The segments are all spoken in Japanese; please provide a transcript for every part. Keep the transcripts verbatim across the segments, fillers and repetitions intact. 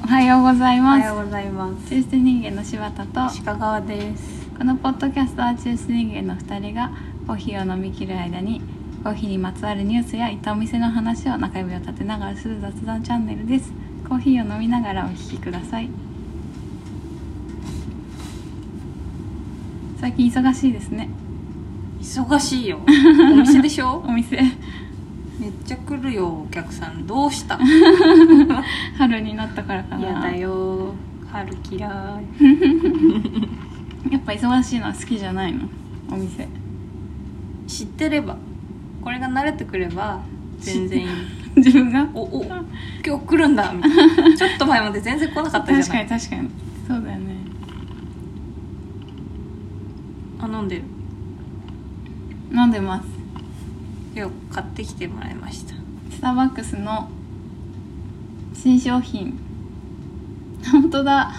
はようございます。 おはようございます。 中枢人間の柴田と鹿川です。 このポッドキャストは中枢人間のふたりがコーヒーを飲み切る間にコーヒーにまつわるニュースや行ったお店の話を中指を立てながらする雑談チャンネルです。コーヒーを飲みながらお聞きください。最近忙しいですね。 忙しいよ。お店でしょ？ お店めっちゃ来るよお客さん。どうした？ 春になったからかな。 やだよ。春嫌い。 やっぱ忙しいのは好きじゃないの？お店知ってれば、これが慣れてくれば全然いい。 自分がおお今日来るんだみたいな。ちょっと前まで全然来なかったじゃない。 確かに確かにそうだよね。 あ、飲んでる。 飲んでます。 今日買ってきてもらいました。 スターバックスの新商品。本当だ。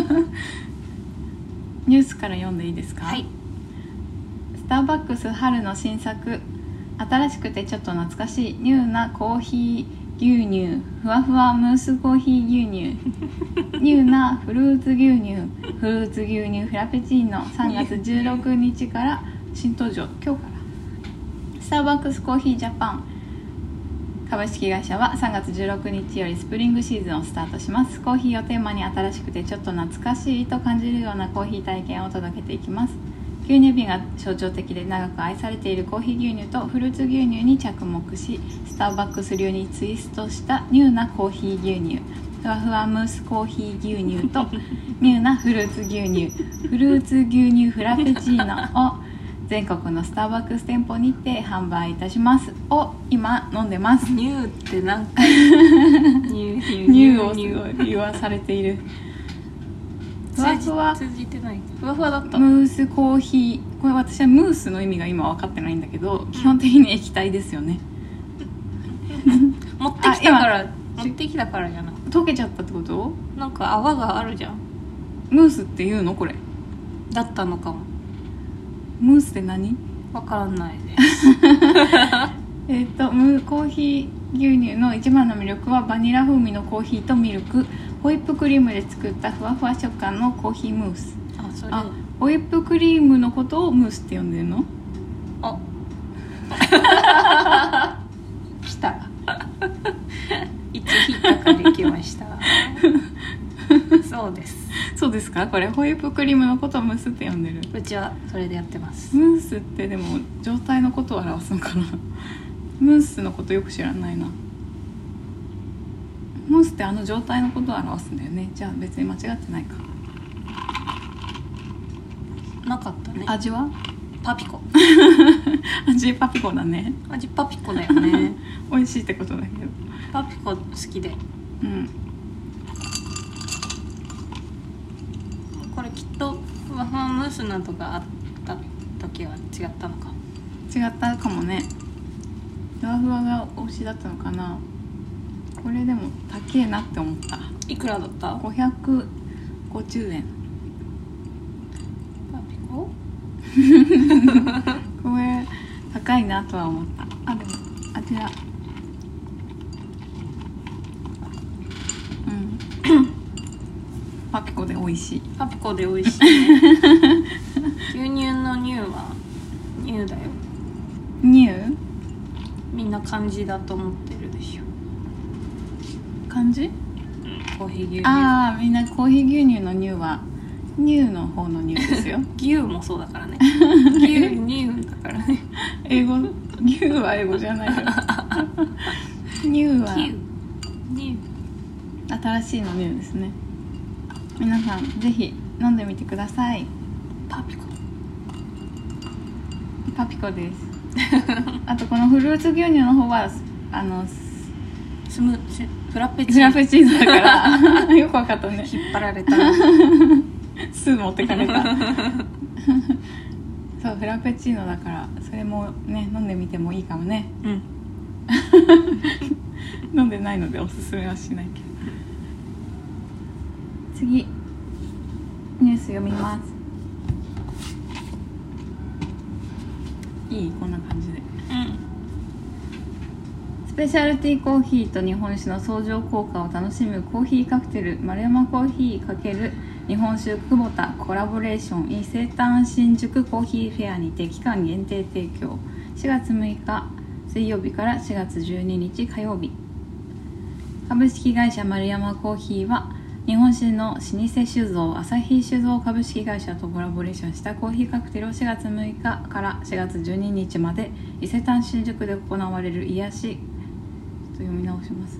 ニュースから読んでいいですか？ はい。 スターバックス春の新作、新しくてちょっと懐かしいニューなコーヒー牛乳、ふわふわムースコーヒー牛乳、ニューなフルーツ牛乳、フルーツ牛乳フラペチーノ、さんがつじゅうろくにちから新登場。今日からスターバックスコーヒージャパン株式会社はさんがつじゅうろくにちよりスプリングシーズンをスタートします。コーヒーをテーマに新しくてちょっと懐かしいと感じるようなコーヒー体験を届けていきます。牛乳瓶が象徴的で長く愛されているコーヒー牛乳とフルーツ牛乳に着目し、スターバックス流にツイストしたニューなコーヒー牛乳、ふわふわムースコーヒー牛乳とニューなフルーツ牛乳、フルーツ牛乳フラペチーノを全国のスターバックス店舗にて販売いたしますを今飲んでます。 ニューって何回ニューニューニューをすごい言わされている。ふわふわ通じてない。ふわふわだった。 ムースコーヒー、これ私はムースの意味が今分かってないんだけど、基本的に液体ですよね。 持ってきたから持ってきたからじゃない。 溶けちゃったってこと？ なんか泡があるじゃん。 ムースっていうのこれ？ だったのかも。 ムースって何？ わからないです。 えっとムーコーヒー牛乳の一番の魅力はバニラ風味のコーヒーとミルク、ホイップクリームで作ったふわふわ食感のコーヒームース。 あ、それ。 あ、ホイップクリームのことをムースって呼んでるの？ あ。 来た。 いつ引っかかりきました。そうです。 そうですか？これホイップクリームのことをムースって呼んでる。 うちはそれでやってます。 ムースってでも状態のことを表すのかな。ムースのことよく知らないな。ムースってあの状態のことを表すんだよね。じゃあ別に間違ってないか。 なかったね。 味はパピコ。 味パピコだね。 味パピコだよね。 美味しいってことだけど。 パピコ好きで。 うん。 これきっとふわふわムースなどがあった時は違ったのか。 違ったかもね。ふわふわが推しだったのかな。これでも高えなって思った。 いくらだった？ ごひゃくごじゅうえん。 パピコ？ これ高いなとは思った。あ、でもあちら。うん。パピコで美味しい。 パピコで美味しい、ね。牛乳の乳は乳だよ。 乳？ みんな漢字だと思ってるでしょ。 漢字？ コーヒー牛乳。 ああ、みんなコーヒー牛乳の乳は乳の方の乳ですよ。 牛もそうだからね。牛乳だからね。 英語、牛は英語じゃないよ。乳は牛。 新しいの乳ですね。皆さんぜひ飲んでみてください。 パピコ。 パピコです。あとこのフルーツ牛乳の方はあのスムフラペチフラペチーノだからよくわかったね。 引っ張られた。 すぐ持ってかれた。そう、フラペチーノだからそれもね飲んでみてもいいかもね。 うん。 飲んでないのでおすすめはしないけど。次ニュース読みます。いい？こんな感じで。 うん。 スペシャルティーコーヒーと日本酒の相乗効果を楽しむコーヒーカクテル丸山コーヒー×日本酒久保田コラボレーション伊勢丹新宿コーヒーフェアにて期間限定提供。しがつむいか水曜日からしがつじゅうににち火曜日。株式会社丸山コーヒーは日本酒の老舗酒造朝日酒造株式会社とコラボレーションしたコーヒーカクテルをしがつむいかからしがつじゅうににちまで伊勢丹新宿で行われる癒し、ちょっと読み直しますね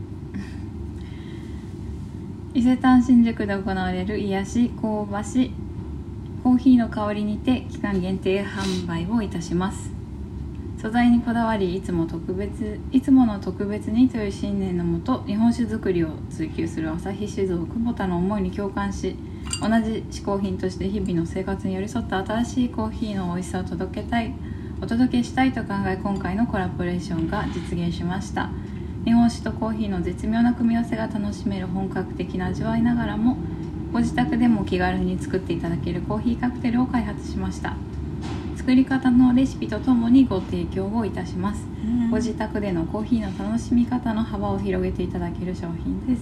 伊勢丹新宿で行われる癒し香ばしコーヒーの香りにて期間限定販売をいたします。素材にこだわりいつも特別いつもの特別にという信念のもと日本酒作りを追求する朝日酒造久保田の思いに共感し、同じ嗜好品として日々の生活に寄り添った新しいコーヒーの美味しさを届けたいお届けしたいと考え、今回のコラボレーションが実現しました。日本酒とコーヒーの絶妙な組み合わせが楽しめる本格的な味わいながらもご自宅でも気軽に作っていただけるコーヒーカクテルを開発しました。作り方のレシピとともにご提供をいたします、うん、ご自宅でのコーヒーの楽しみ方の幅を広げていただける商品です。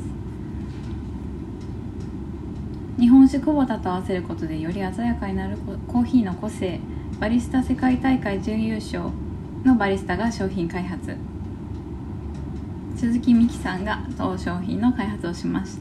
日本酒久保田と合わせることでより鮮やかになるコーヒーの個性。バリスタ世界大会準優勝のバリスタが商品開発、鈴木美希さんが当商品の開発をしました。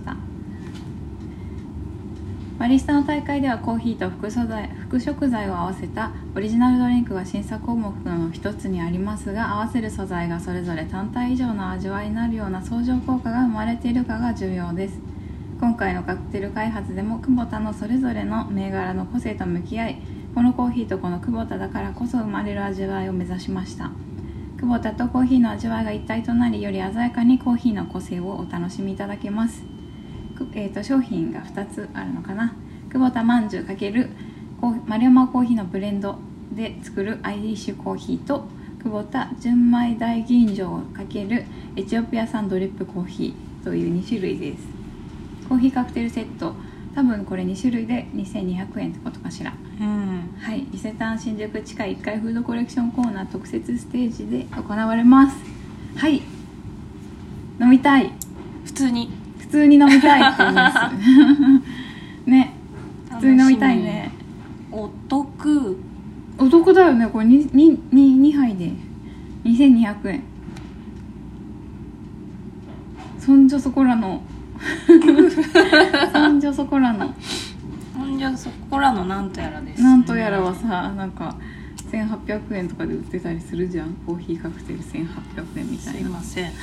バリスタの大会ではコーヒーと副素材、副食材を合わせたオリジナルドリンクが審査項目の一つにありますが、合わせる素材がそれぞれ単体以上の味わいになるような相乗効果が生まれているかが重要です。今回のカクテル開発でも久保田のそれぞれの銘柄の個性と向き合い、このコーヒーとこの久保田だからこそ生まれる味わいを目指しました。久保田とコーヒーの味わいが一体となり、より鮮やかにコーヒーの個性をお楽しみいただけます。えー、と商品がふたつあるのかな。久保田まんじゅう×丸山コーヒーのブレンドで作るアイリッシュコーヒーと久保田純米大吟醸×エチオピア産ドリップコーヒーというにしゅるいです。コーヒーカクテルセット、多分これにしゅるいでにせんにひゃくえんってことかしら、うん、はい。伊勢丹新宿地下いっかいフードコレクションコーナー特設ステージで行われます。はい、飲みたい。 普通に普通に飲みたいって言いますね、普通に飲みたいね。 お得お得だよね。これ に, に, に, にはいでにせんにひゃくえん。そんじょそこらのそんじょそこらのそんじょそこらのなんとやらです、ね、 なんとやらはさ、なんかせんはっぴゃくえんとかで売ってたりするじゃん。コーヒーカクテルせんはっぴゃくえんみたいな。 すいません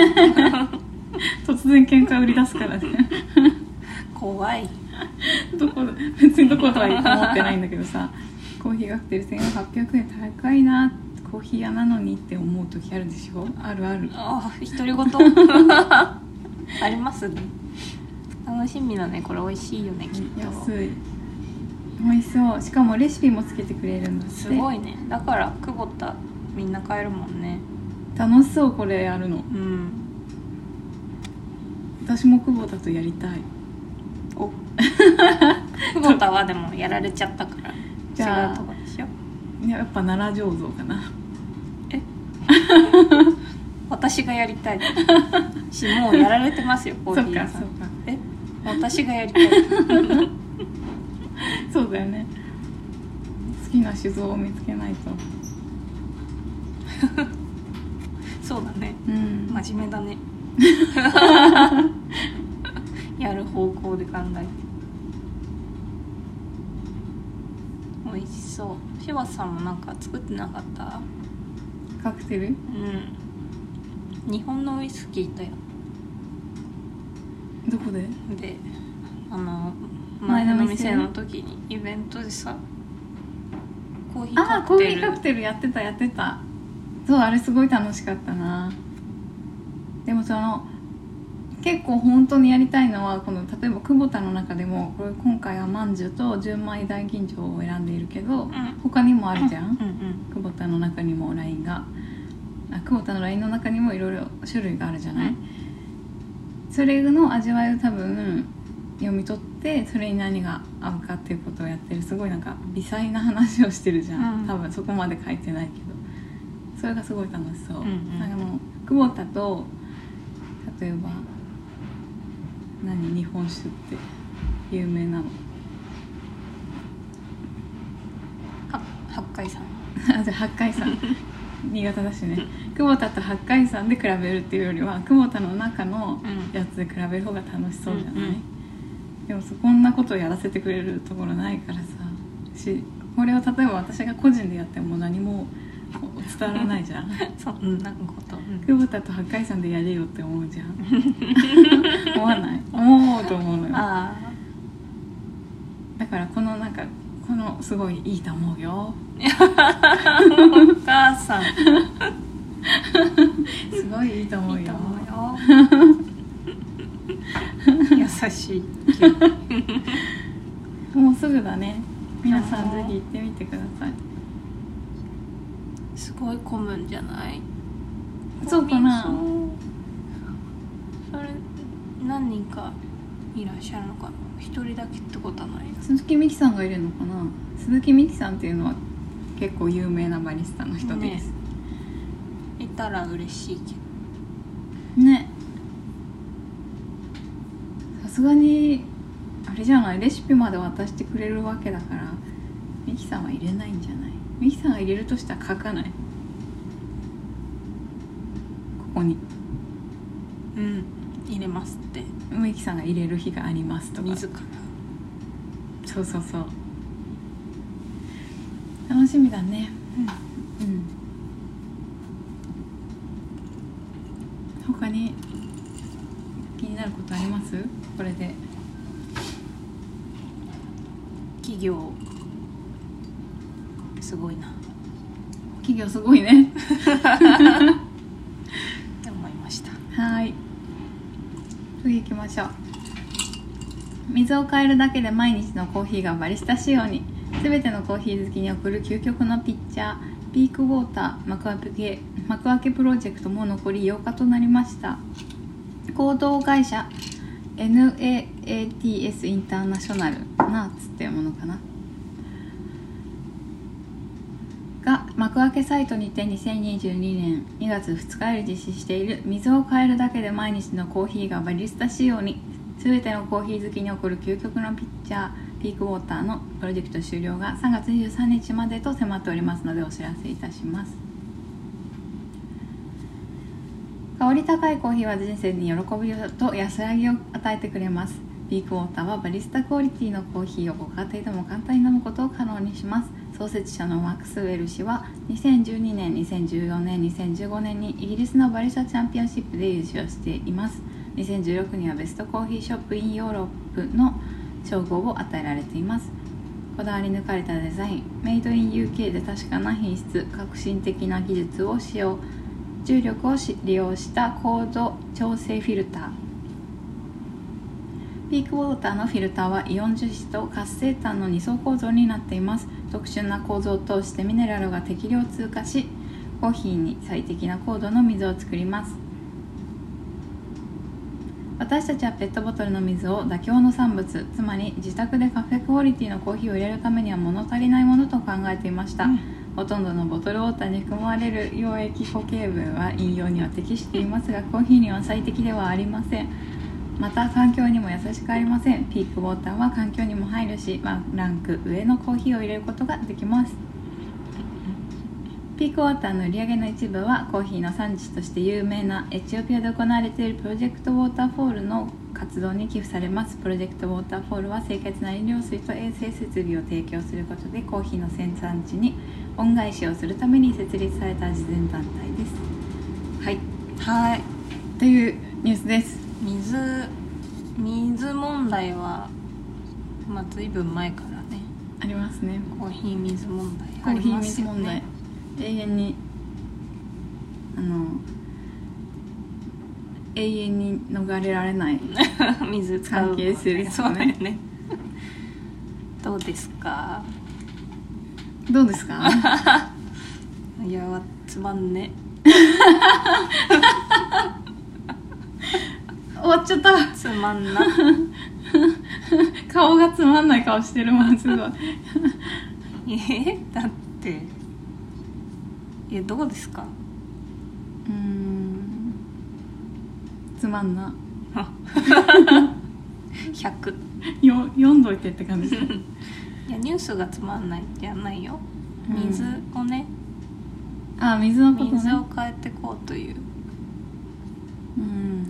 突然喧嘩売り出すからね怖い。 どこ別にどことは思ってないんだけどさ、コーヒーカクテルせんはっぴゃくえん高いな、コーヒー屋なのにって思う時あるでしょ。あるある。 ああ、独り言ありますね。楽しみだね。これ美味しいよね、きっと。 安い、美味しそう。しかもレシピもつけてくれるんだって。 すごいね。だから久保田みんな買えるもんね。 楽しそう、これやるの。うん、私も久保田とやりたい。 お久保田はでもやられちゃったからじゃあ違うとこでしょ。 いや、やっぱ奈良醸造かな。 え私がやりたいし、もうやられてますよコーヒー屋さん。 そうかそうか。 え私がやりたいそうだよね。好きな酒造を見つけないとそうだね、 うん、 真面目だねやる方向で考えて。美味しそう。柴田さんもなんか作ってなかった？ カクテル？うん。 日本のウイスキーだよ。 どこで？ で、あの前の店の時にイベントでさ、コーヒーカクテル。あ、 コーヒーカクテルやってたやってた。そう、あれすごい楽しかったな。でもその結構本当にやりたいのは、この例えば久保田の中でもこれ今回はまんじゅうと純米大吟醸を選んでいるけど、うん、他にもあるじゃん、うんうんうん、久保田の中にもラインがあ久保田のラインの中にもいろいろ種類があるじゃない、うん、それの味わいを多分読み取ってそれに何が合うかっていうことをやってる、すごいなんか微細な話をしてるじゃん、うん、多分そこまで書いてないけどそれがすごい楽しそう、うんうん、なんかもう久保田と例えば何日本酒って有名なのは八海山あじゃあ八海山新潟だしね久保田と八海山で比べるっていうよりは久保田の中のやつで比べる方が楽しそうじゃない、うんうん、でもそこんなことをやらせてくれるところないからさしこれを例えば私が個人でやっても何も伝わらないじゃんそんなこと、うん、 久保田と八海山でやれよって思うじゃん思わない思うと思うのよあだからこのなんかこのすごいいいと思うよお母さんすごいいいと思うよいいと思うよ優しいもうすぐだね皆さんぜひ行ってみてくださいすごい混むんじゃない？ そうかな。 それ何人かいらっしゃるのかな。一人だけってことはないな。 鈴木美希さんがいるのかな。鈴木美希さんっていうのは結構有名なバリスタの人です、ね、 いたら嬉しいけどね。さすがにあれじゃない、レシピまで渡してくれるわけだから美希さんは入れないんじゃない。美希さんが入れるとしたら書かない、ここにうん入れますって、 美希さんが入れる日がありますとか自ら。 そうそうそう、楽しみだね。うん、うん、他に気になることあります？これで企業すごいな。 企業すごいねって思いました。 はい、次行きましょう。水を変えるだけで毎日のコーヒーがバリスタ仕様に。すべてのコーヒー好きに送る究極のピッチャーピークウォーター幕開け幕開けプロジェクトも残りようかとなりました。合同会社 エヌエーエーティーエス インターナショナルナーツっていうものかなが幕開けサイトにてにせんにじゅうにねんにがつふつかより実施している水を変えるだけで毎日のコーヒーがバリスタ仕様に。すべてのコーヒー好きに送る究極のピッチャーピークウォーターのプロジェクト終了がさんがつにじゅうさんにちまでと迫っておりますのでお知らせいたします。香り高いコーヒーは人生に喜びと安らぎを与えてくれます。ピークウォーターはバリスタクオリティのコーヒーをご家庭でも簡単に飲むことを可能にします。創設者のマックスウェル氏はにせんじゅうにねん、にせんじゅうよねん、にせんじゅうごねんにイギリスのバリスタチャンピオンシップで優勝しています。にせんじゅうろくねんにはベストコーヒーショップインヨーロップの称号を与えられています。こだわり抜かれたデザイン、メイドイン ユーケー で確かな品質、革新的な技術を使用、重力を利用した高度調整フィルター。ピークウォーターのフィルターはイオン樹脂と活性炭のに層構造になっています。特殊な構造を通してミネラルが適量通過し、コーヒーに最適な高度の水を作ります。私たちはペットボトルの水を妥協の産物、つまり自宅でカフェクオリティのコーヒーを入れるためには物足りないものと考えていました、うん、ほとんどのボトルウォーターに含まれる溶液固形分は飲用には適していますが、コーヒーには最適ではありません。また環境にも優しくありません。ピークウォーターは環境にも配慮し、ワンランク上のコーヒーを入れることができます。ピークウォーターの売り上げの一部はコーヒーの産地として有名なエチオピアで行われているプロジェクトウォーターフォールの活動に寄付されます。プロジェクトウォーターフォールは清潔な飲料水と衛生設備を提供することでコーヒーの生産地に恩返しをするために設立された慈善団体です。はいはいというニュースです。 水水問題はまあ随分前からねありますね。 コーヒー水問題コーヒー水ありますよね。 問題永遠にあの永遠に逃れられない水使う関係性ですよね。 ねどうですかどうですかいやつまんね終わっちゃったつまんな顔がつまんない顔してるもんすごいえだっていやどうですか。 うーんつまんなひゃくよ読んどいてって感じいやニュースがつまんないってやんないよ、水をね、 あ水のことね、 水を変えてこうという、 うん、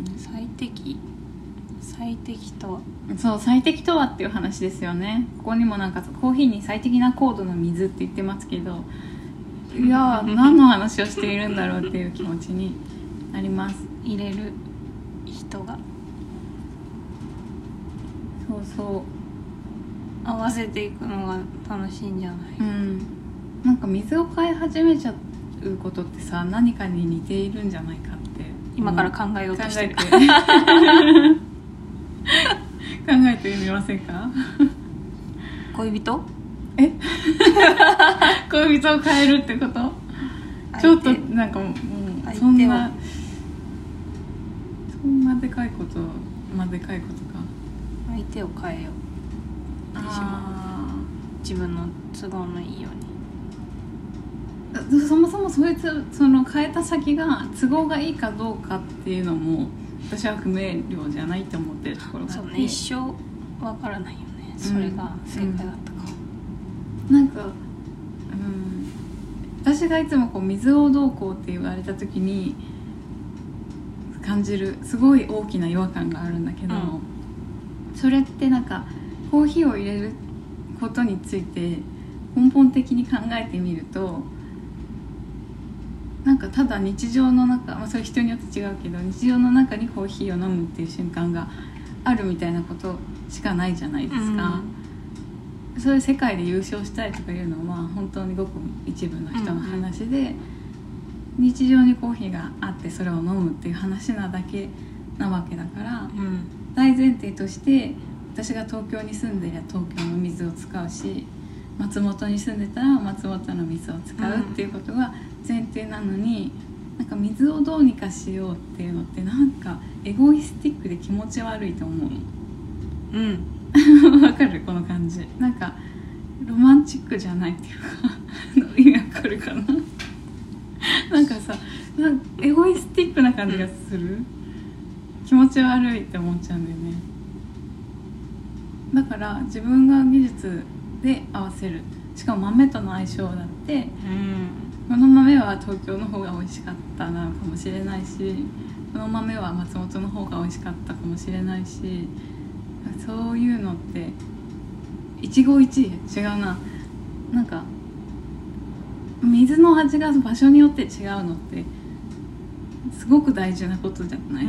最適最適とはそう最適とはっていう話ですよね。ここにもなんかコーヒーに最適な硬度の水って言ってますけど、いや何の話をしているんだろうっていう気持ちになります。 入れる人がそうそう合わせていくのが楽しいんじゃない、 うん、なんか水を変え始めちゃうことってさ、何かに似ているんじゃないかって今から考えようとしてる、 考えて考えてみませんか恋人え恋人を変えるってこと？ちょっとなんかもうそんなそんなでかいことまあでかいことか。 相手を変えよう。あ自分の都合のいいように。そもそもそいつその変えた先が都合がいいかどうかっていうのも私は不明瞭じゃないと思ってるところがあって、 そうね、一生わからないよね、それが正解だったか、 うん、なんか、うん、私がいつもこう水をどうこうって言われた時に感じるすごい大きな違和感があるんだけど、うん、それってなんかコーヒーを入れることについて根本的に考えてみると、なんかただ日常の中、まあ、それ人によって違うけど日常の中にコーヒーを飲むっていう瞬間があるみたいなことしかないじゃないですか、うん、そういう世界で優勝したいとかいうのは本当にごく一部の人の話で、うん、日常にコーヒーがあってそれを飲むっていう話なだけなわけだから、うん、大前提として私が東京に住んでりゃ東京の水を使うし松本に住んでたら松本の水を使うっていうことが前提なのに、なんか水をどうにかしようっていうのってなんかエゴイスティックで気持ち悪いと思うの。うんわかるこの感じ。なんかロマンチックじゃないっていうか意味わかるかななんかさなんかエゴイスティックな感じがする、うん、気持ち悪いって思っちゃうんだよね。だから自分が技術で合わせる、しかも豆との相性だって、うん、この豆は東京の方が美味しかったなのかもしれないし、この豆は松本の方が美味しかったかもしれないし、そういうのって一期一会違うな。なんか水の味が場所によって違うのってすごく大事なことじゃない、うん、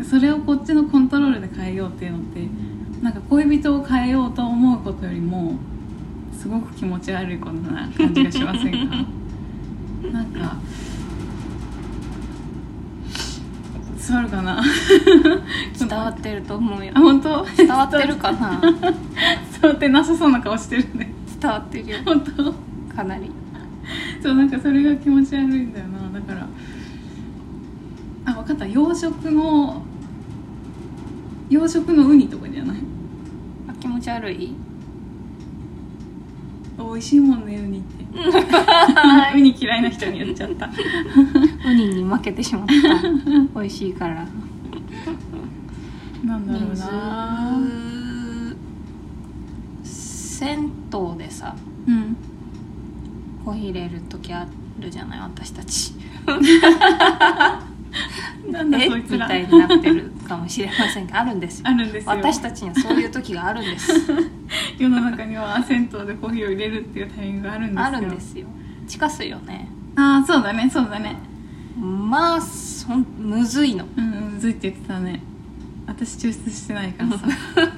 それをこっちのコントロールで変えようっていうのってなんか恋人を変えようと思うことよりもすごく気持ち悪いことな感じがしませんかなんか伝わるかな伝わってると思うよ。 あ、本当？ 伝わってるかな伝わってなさそうな顔してるね。 伝わってるよ本当？ かなり。 そうなんかそれが気持ち悪いんだよな。だからあ、分かった。養殖の養殖のウニとかじゃない？ あ、気持ち悪い？ 美味しいもんねウニってウニ嫌いな人に言っちゃったウニに負けてしまった美味しいからなんだろうな。 銭湯でさ、うん、コーヒー入れる時あるじゃない私たちなんだそいつらみたいになってるかもしれませんがあるんですよ。 あるんですよ。 私たちにはそういう時があるんです世の中には銭湯でコーヒーを入れるっていうタイミングがあるんですよ。 あるんですよ。地下水よね。 ああ、そうだねそうだね。 まあそんむずいの。 うん、むずいって言ってたね。私抽出してないからさ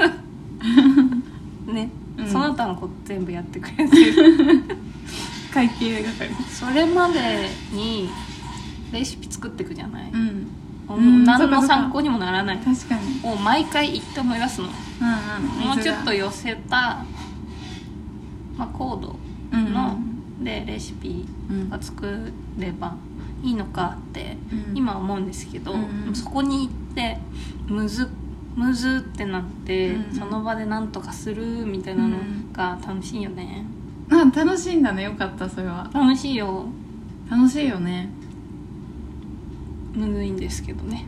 ね、うん、その他の子全部やってくれてる会計係。 それまでにレシピ作っていくじゃない、うんうん、 何の参考にもならない。 確かに。 もう毎回言って思い出すの、うんうん、もうちょっと寄せた、まあ、コードの、うん、でレシピが作ればいいのかって今思うんですけど、うん、そこに行ってむずむずってなって、うん、その場でなんとかするみたいなのが楽しいよね、 うん、あ、楽しいんだね。よかった。それは楽しいよ。 楽しいよね。 むずいんですけどね。 うん、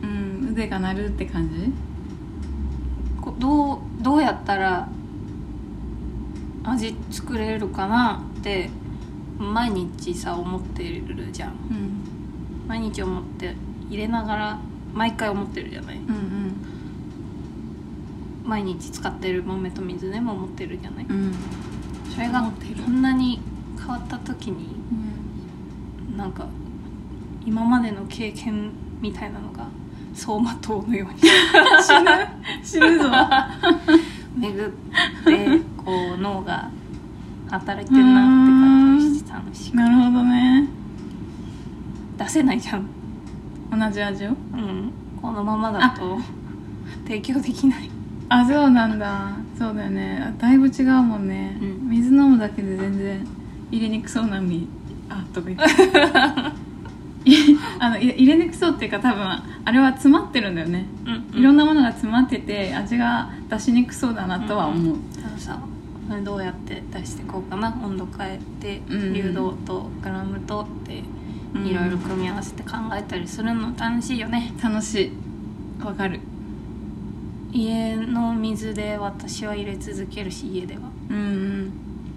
腕が鳴るって感じ。 こどうどうやったら味作れるかなって毎日さ思ってるじゃん、うん、毎日思って入れながら毎回思ってるじゃない、うんうん、毎日使ってる豆と水でも思ってるじゃない、うん、それがこんなに変わった時に、うん、なんか今までの経験みたいなのが走馬灯のように死ぬ死ぬぞ巡ってこう脳が働いてるなって感じがして楽しい。 なるほどね。 出せないじゃん同じ味を。 うんこのままだと提供できない。 あそうなんだ。そうだよね。だいぶ違うもんね、うん、水飲むだけで全然入れにくそうなみあとか言ってあの入れにくそうっていうか多分あれは詰まってるんだよね、うんうん、いろんなものが詰まってて味が出しにくそうだなとは思う、うんうん、 たださどうやって出していこうかな、温度変えて、うん、流動とグラムとっていろいろ組み合わせて考えたりするの楽しいよね。 楽しい。わかる。 家の水で私は入れ続けるし家ではうん、うん、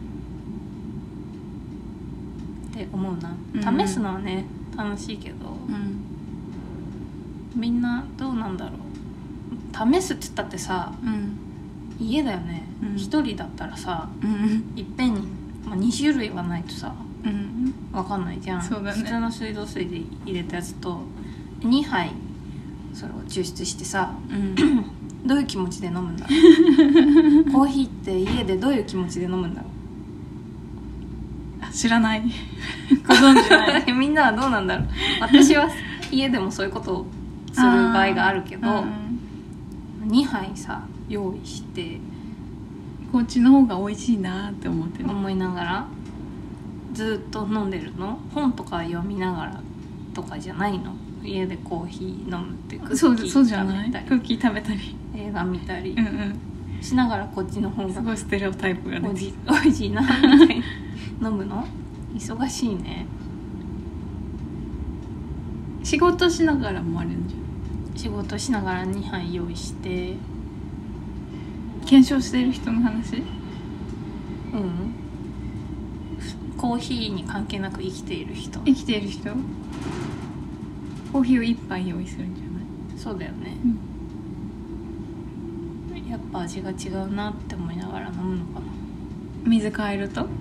って思うな、うん、試すのはね楽しいけど、うん、みんなどうなんだろう。試すって言ったってさ、うん、家だよね、うん、ひとりだったらさ、うん、いっぺんに、まあ、に種類はないとさ、うん、分かんないじゃん。 そうだね、 普通の水道水で入れたやつとにはいそれを抽出してさ、うん、どういう気持ちで飲むんだろうコーヒーって家でどういう気持ちで飲むんだろう。知らないご存知ないみんなはどうなんだろう。私は家でもそういうことをする場合があるけど、うん、にはいさ用意してこっちの方が美味しいなって思ってる思いながらずっと飲んでるの。本とか読みながらとかじゃないの。家でコーヒー飲むってクッキー食べたり、 そうじゃない。クッキー食べたり映画見たり、うんうん、しながらこっちの方がすごいステレオタイプがねおいしいなみたいに飲むの。忙しいね。 仕事しながらもあるんじゃん。仕事しながらにはい用意して検証している人の話。うんコーヒーに関係なく生きている人生きている人コーヒーを一杯用意するんじゃない。 そうだよね、うん、やっぱ味が違うなって思いながら飲むのかな。 水変えると、うん、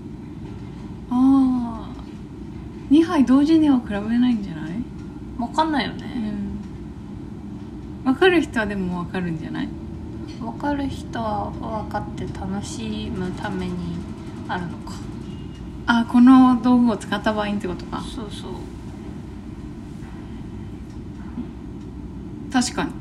ああにはい同時には比べないんじゃない。 分かんないよね、 うん、分かる人はでも分かるんじゃない。 分かる人は分かって楽しむためにあるのか。 あこの道具を使った場合ってことか。 そうそう確かに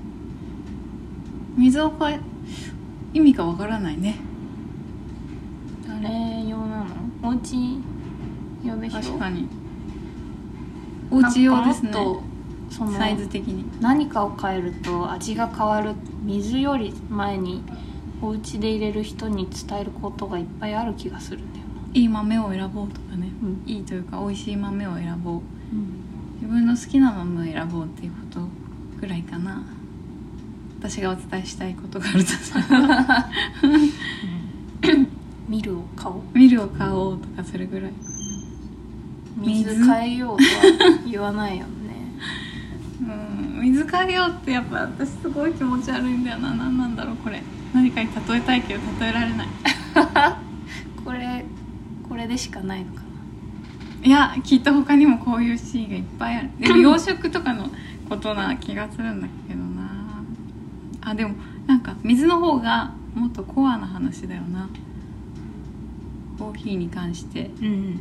水を変え意味がわからないね。 誰用なの。お家用でしょ。 確かにお家用ですね。そのサイズ的に何かを変えると味が変わる。水より前にお家で入れる人に伝えることがいっぱいある気がするんだよな。 いい豆を選ぼうとかね、うん、いいというか美味しい豆を選ぼう、うん、自分の好きな豆を選ぼうっていうことぐらいかな。私がお伝えしたいことがあるとさミルを買おうミルを買おうとかするぐらい。 水変えようとは言わないよねうん水変えようってやっぱ私すごい気持ち悪いんだよな。何なんだろうこれ。何かに例えたいけど例えられないこれこれでしかないのかな。 いやきっと他にもこういうシーンがいっぱいある。でも養殖とかのことな気がするんだけどなあ。でもなんか水の方がもっとコアな話だよなコーヒーに関して。うん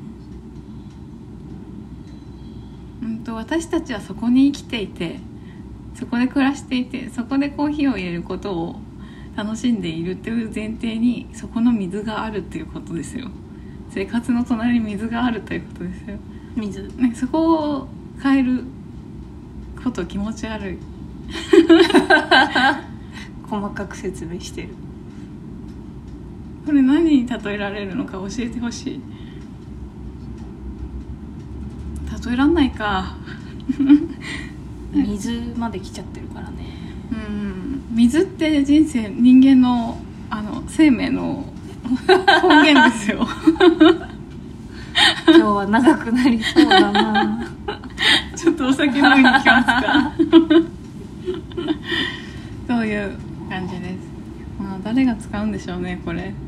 うんと私たちはそこに生きていてそこで暮らしていてそこでコーヒーを入れることを楽しんでいるっていう前提にそこの水があるっていうことですよ。生活の隣に水があるということですよ。 水、 ね、そこを変えること気持ち悪い細かく説明してる。 これ何に例えられるのか教えてほしい。例えらんないか水まで来ちゃってるからね。 うん、水って人生人間のあの生命の根源ですよ。 今日は長くなりそうだな。 ちょっとお酒飲みに行きますか。そういう感じです。まあ誰が使うんでしょうねこれ。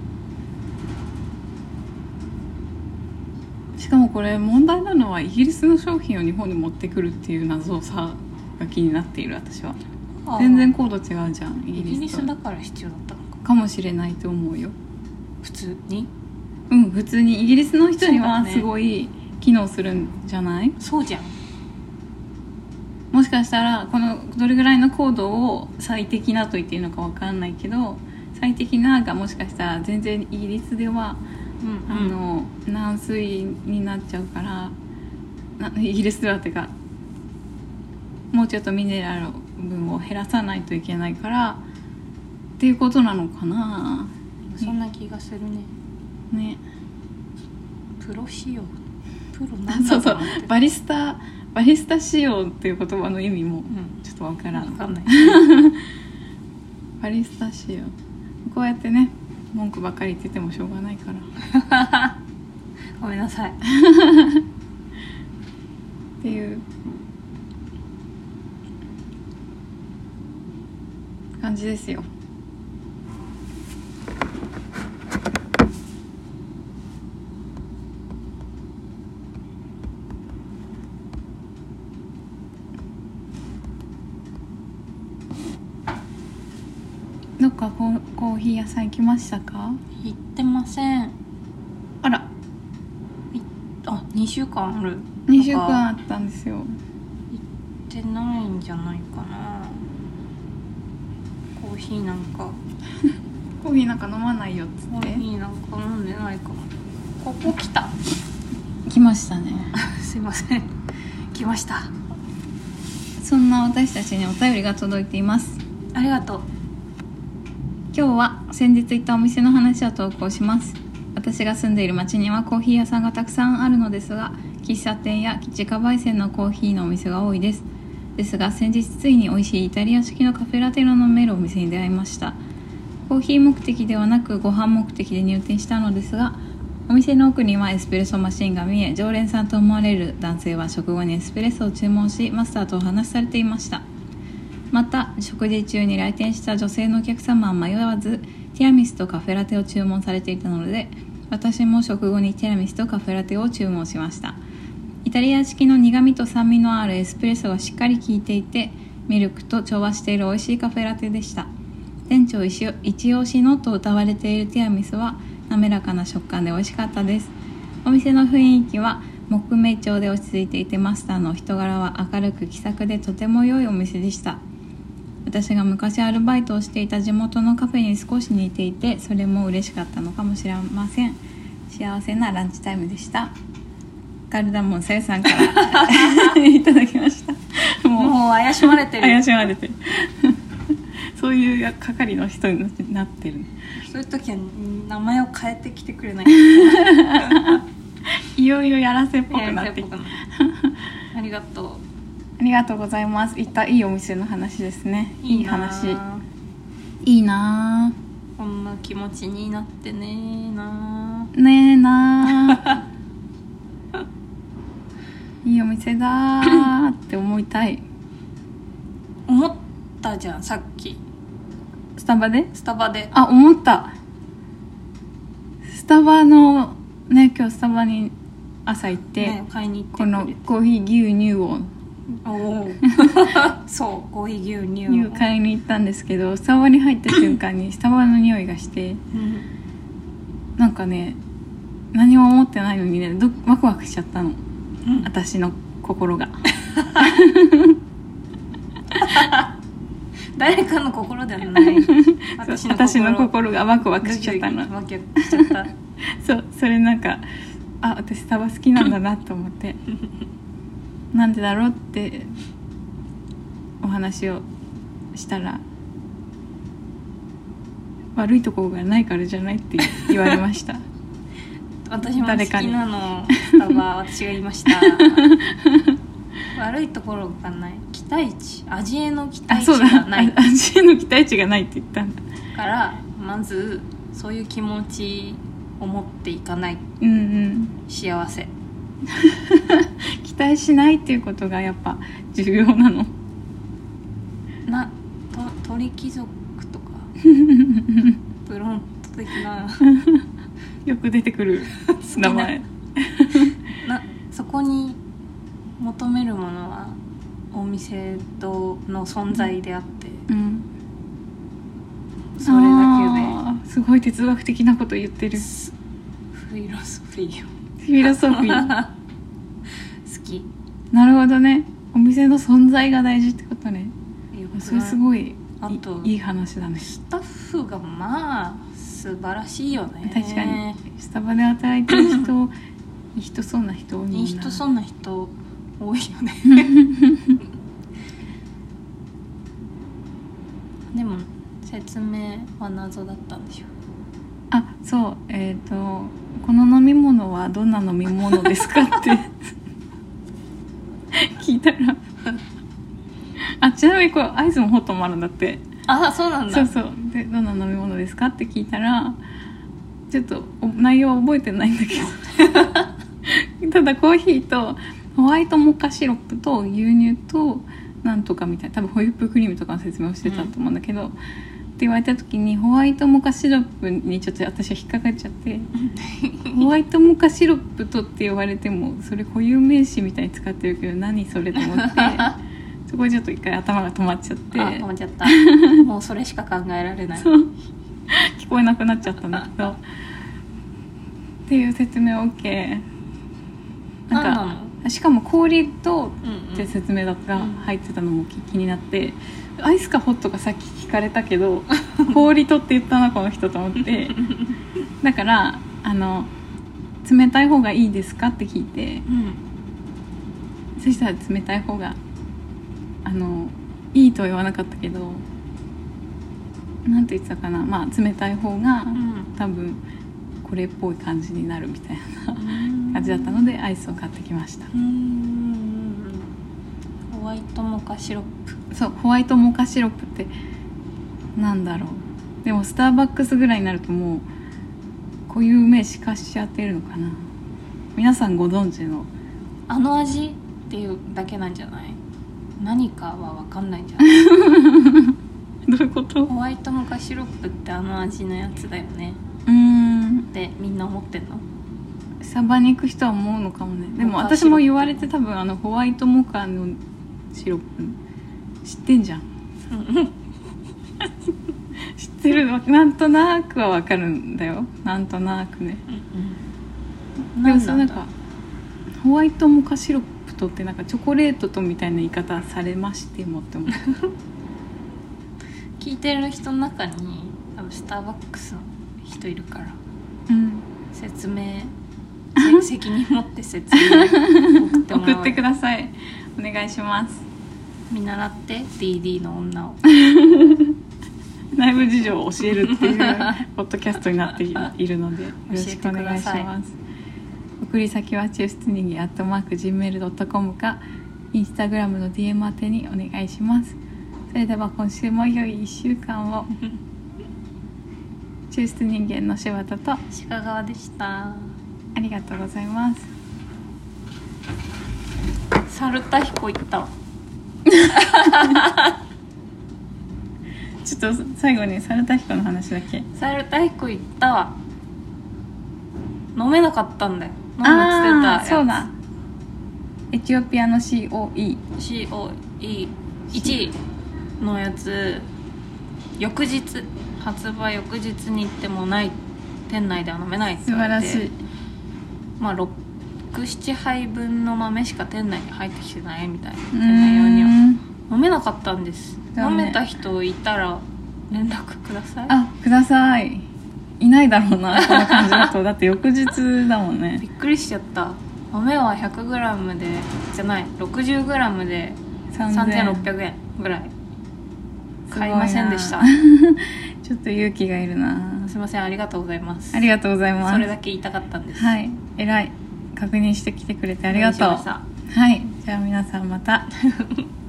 しかもこれ問題なのはイギリスの商品を日本に持ってくるっていう謎さが気になっている私は。全然コード違うじゃんイギリスと。 イギリスだから必要だったのかかもしれないと思うよ。 普通に。 うん普通にイギリスの人にはすごい機能するんじゃない？ そうじゃん。 もしかしたらこのどれぐらいのコードを最適なと言っていいのか分かんないけど、最適ながもしかしたら全然イギリスでは、うんうん、あの軟水になっちゃうからなイギリスではってかもうちょっとミネラル分を減らさないといけないからっていうことなのかな。 そんな気がするね。 ね。 プロ仕様。プロなんだと思って。 そうそうバリスタバリスタ仕様っていう言葉の意味もちょっとわからん、 分かんない。 バリスタ仕様。こうやってね文句ばっかり言っててもしょうがないから。 ごめんなさい。 っていう感じですよ。どっかコー、コーヒー屋さん行きましたか？ 行ってません。 あら、 あ、にしゅうかんある。 にしゅうかんあったんですよ。 行ってないんじゃないかな。コーヒーなんかコーヒーなんか飲まないよっつって。 コーヒーなんか飲んでないかも。ここ来た。 来ましたね。 すいません。来ました。 そんな私たちにお便りが届いています。 ありがとう。 今日は先日行ったお店の話を投稿します。私が住んでいる町にはコーヒー屋さんがたくさんあるのですが、喫茶店や自家焙煎のコーヒーのお店が多いです。ですが先日ついに美味しいイタリア式のカフェラテの飲めるお店に出会いました。コーヒー目的ではなくご飯目的で入店したのですが、お店の奥にはエスプレッソマシンが見え、常連さんと思われる男性は食後にエスプレッソを注文し、マスターとお話しされていました。また食事中に来店した女性のお客様は迷わずティラミスとカフェラテを注文されていたので、私も食後にティラミスとカフェラテを注文しました。イタリア式の苦味と酸味のあるエスプレッソがしっかり効いていて、ミルクと調和している美味しいカフェラテでした。店長一押しのと歌われているティラミスは滑らかな食感で美味しかったです。お店の雰囲気は木目調で落ち着いていて、マスターの人柄は明るく気さくでとても良いお店でした。私が昔アルバイトをしていた地元のカフェに少し似ていて、それも嬉しかったのかもしれません。幸せなランチタイムでした。カルダモンさゆさんからいただきました。 もう、もう怪しまれてる。 怪しまれてる。そういう係の人になってる。 そういう時は名前を変えてきてくれない？ いよいよやらせっぽくなってきた。 ありがとう。 ありがとうございます。行ったいいお店の話ですね。いい話。いいなこんな気持ちになってねーなー。ねえなー。いいお店だーって思いたい。 思ったじゃんさっき。 スタバで？ スタバで。 あ、思った。スタバのね、今日スタバに朝行って、 ね、買いに行ってこのコーヒー牛乳をおそうコーヒー牛乳を買いに行ったんですけど、スタバに入った瞬間にスタバの匂いがして、うん、なんかね何も思ってないのにねどワクワクしちゃったの、うん、私の心が誰かの心ではない私の 心, 私の心がワクワクしちゃったの。 ワクワクしちゃったそうそれなんかあ私スタバ好きなんだなと思ってなんでだろうってお話をしたら、悪いところがないからじゃないって言われました私も好きなのスタバ私が言いました悪いところがない、期待値、味への期待値あそうだがない味への期待値がないって言ったんだからまずそういう気持ちを持っていかない、 うんうん幸せ期待しないっていうことがやっぱ重要なのなと鳥貴族とかブロント的なよく出てくる名前なそこに求めるものはお店との存在であって、 うん、 それだけですごい哲学的なこと言ってる。 フィロソフィーフィロソフィー好き。 なるほどね。お店の存在が大事ってことね。それすごいあといい話だね。 スタッフがまあ素晴らしいよね。 確かにスタバで働いてる人いい人そうな人多いな。 いい人そうな人多いよねでも説明は謎だったんでしょ。 あ、そうえっ、ー、とこの飲み物はどんな飲み物ですかって聞いたらあ、ちなみにこれアイスもホットもあるんだって。 あ、そうなんだ。 そうそう。でどんな飲み物ですかって聞いたらちょっと内容は覚えてないんだけどただコーヒーとホワイトモカシロップと牛乳となんとかみたいな、多分ホイップクリームとかの説明をしてたと思うんだけど、うん、って言われた時にホワイトモカシロップにちょっと私は引っかかっちゃってホワイトモカシロップとって言われてもそれ固有名詞みたいに使ってるけど何それと思ってそこでちょっと一回頭が止まっちゃってあ、止まっちゃったもうそれしか考えられないそう聞こえなくなっちゃったんだけどっていう説明を受け、なんかなのしかも氷とって説明が入ってたのも気になって、うんうん、アイスかホットかさっき聞かれたけど氷とって言ったなこの人と思ってだからあの冷たい方がいいですかって聞いて、うん、そしたら冷たい方があのいいとは言わなかったけどなんて言ってたかな、まあ冷たい方が、うん、多分これっぽい感じになるみたいな感じだったのでアイスを買ってきました。うーん、 ホワイトモカシロップ。そう、ホワイトモカシロップってなんだろう。でもスターバックスぐらいになるともう固有名詞化しちゃってるのかな。皆さんご存知のあの味っていうだけなんじゃない？何かは分かんないんじゃないどういうこと？ ホワイトモカシロップってあの味のやつだよね。 うーんってみんな思ってんの？ スタバに行く人は思うのかもね。でも私も言われて多分あのホワイトモカのシロップ知ってんじゃん知ってるのなんとなくは分かるんだよ。なんとなくね、うんうん、でもさなんかホワイトモカシロップとってなんかチョコレートとみたいな言い方されましてもって思う聞いてる人の中に多分スターバックスの人いるから、 うん、 説明責任持って説明送ってもらおう送ってください。お願いします。 見習って ディーディー の女を内部事情を教えるっていうポッドキャストになっているのでよろしくお願いします。送り先はチューストゥニギアットマーク ジーメールドットコム かインスタグラムの ディーエム 宛てにお願いします。それでは今週も良いいっしゅうかんを抽出人間の柴田と鹿川でした。 ありがとうございます。 猿田彦行ったわちょっと最後に猿田彦の話だけ。 猿田彦行ったわ。飲めなかったんだよ。飲むっつってたやつ。 そうだ、エチオピアの シーオーイーシーオーイーいちいのやつ翌日発売翌日に行ってもない店内では飲めないって言われて、素晴らしい。まあろく、ななはいぶんの豆しか店内に入ってきてないみたいな店内用には飲めなかったんです。飲めた人いたら連絡ください。 あ、ください。いないだろうなこの感じだとだって翌日だもんね。 びっくりしちゃった。豆は ひゃくグラム でじゃない ろくじゅうグラム でさんぜんろっぴゃくえんぐらい買いませんでしたちょっと勇気がいるな。 すいません、ありがとうございます。 ありがとうございます。 それだけ言いたかったんです。 はい、偉い。確認してきてくれてありがとう。 お願いしました。 はい、 じゃあ皆さんまた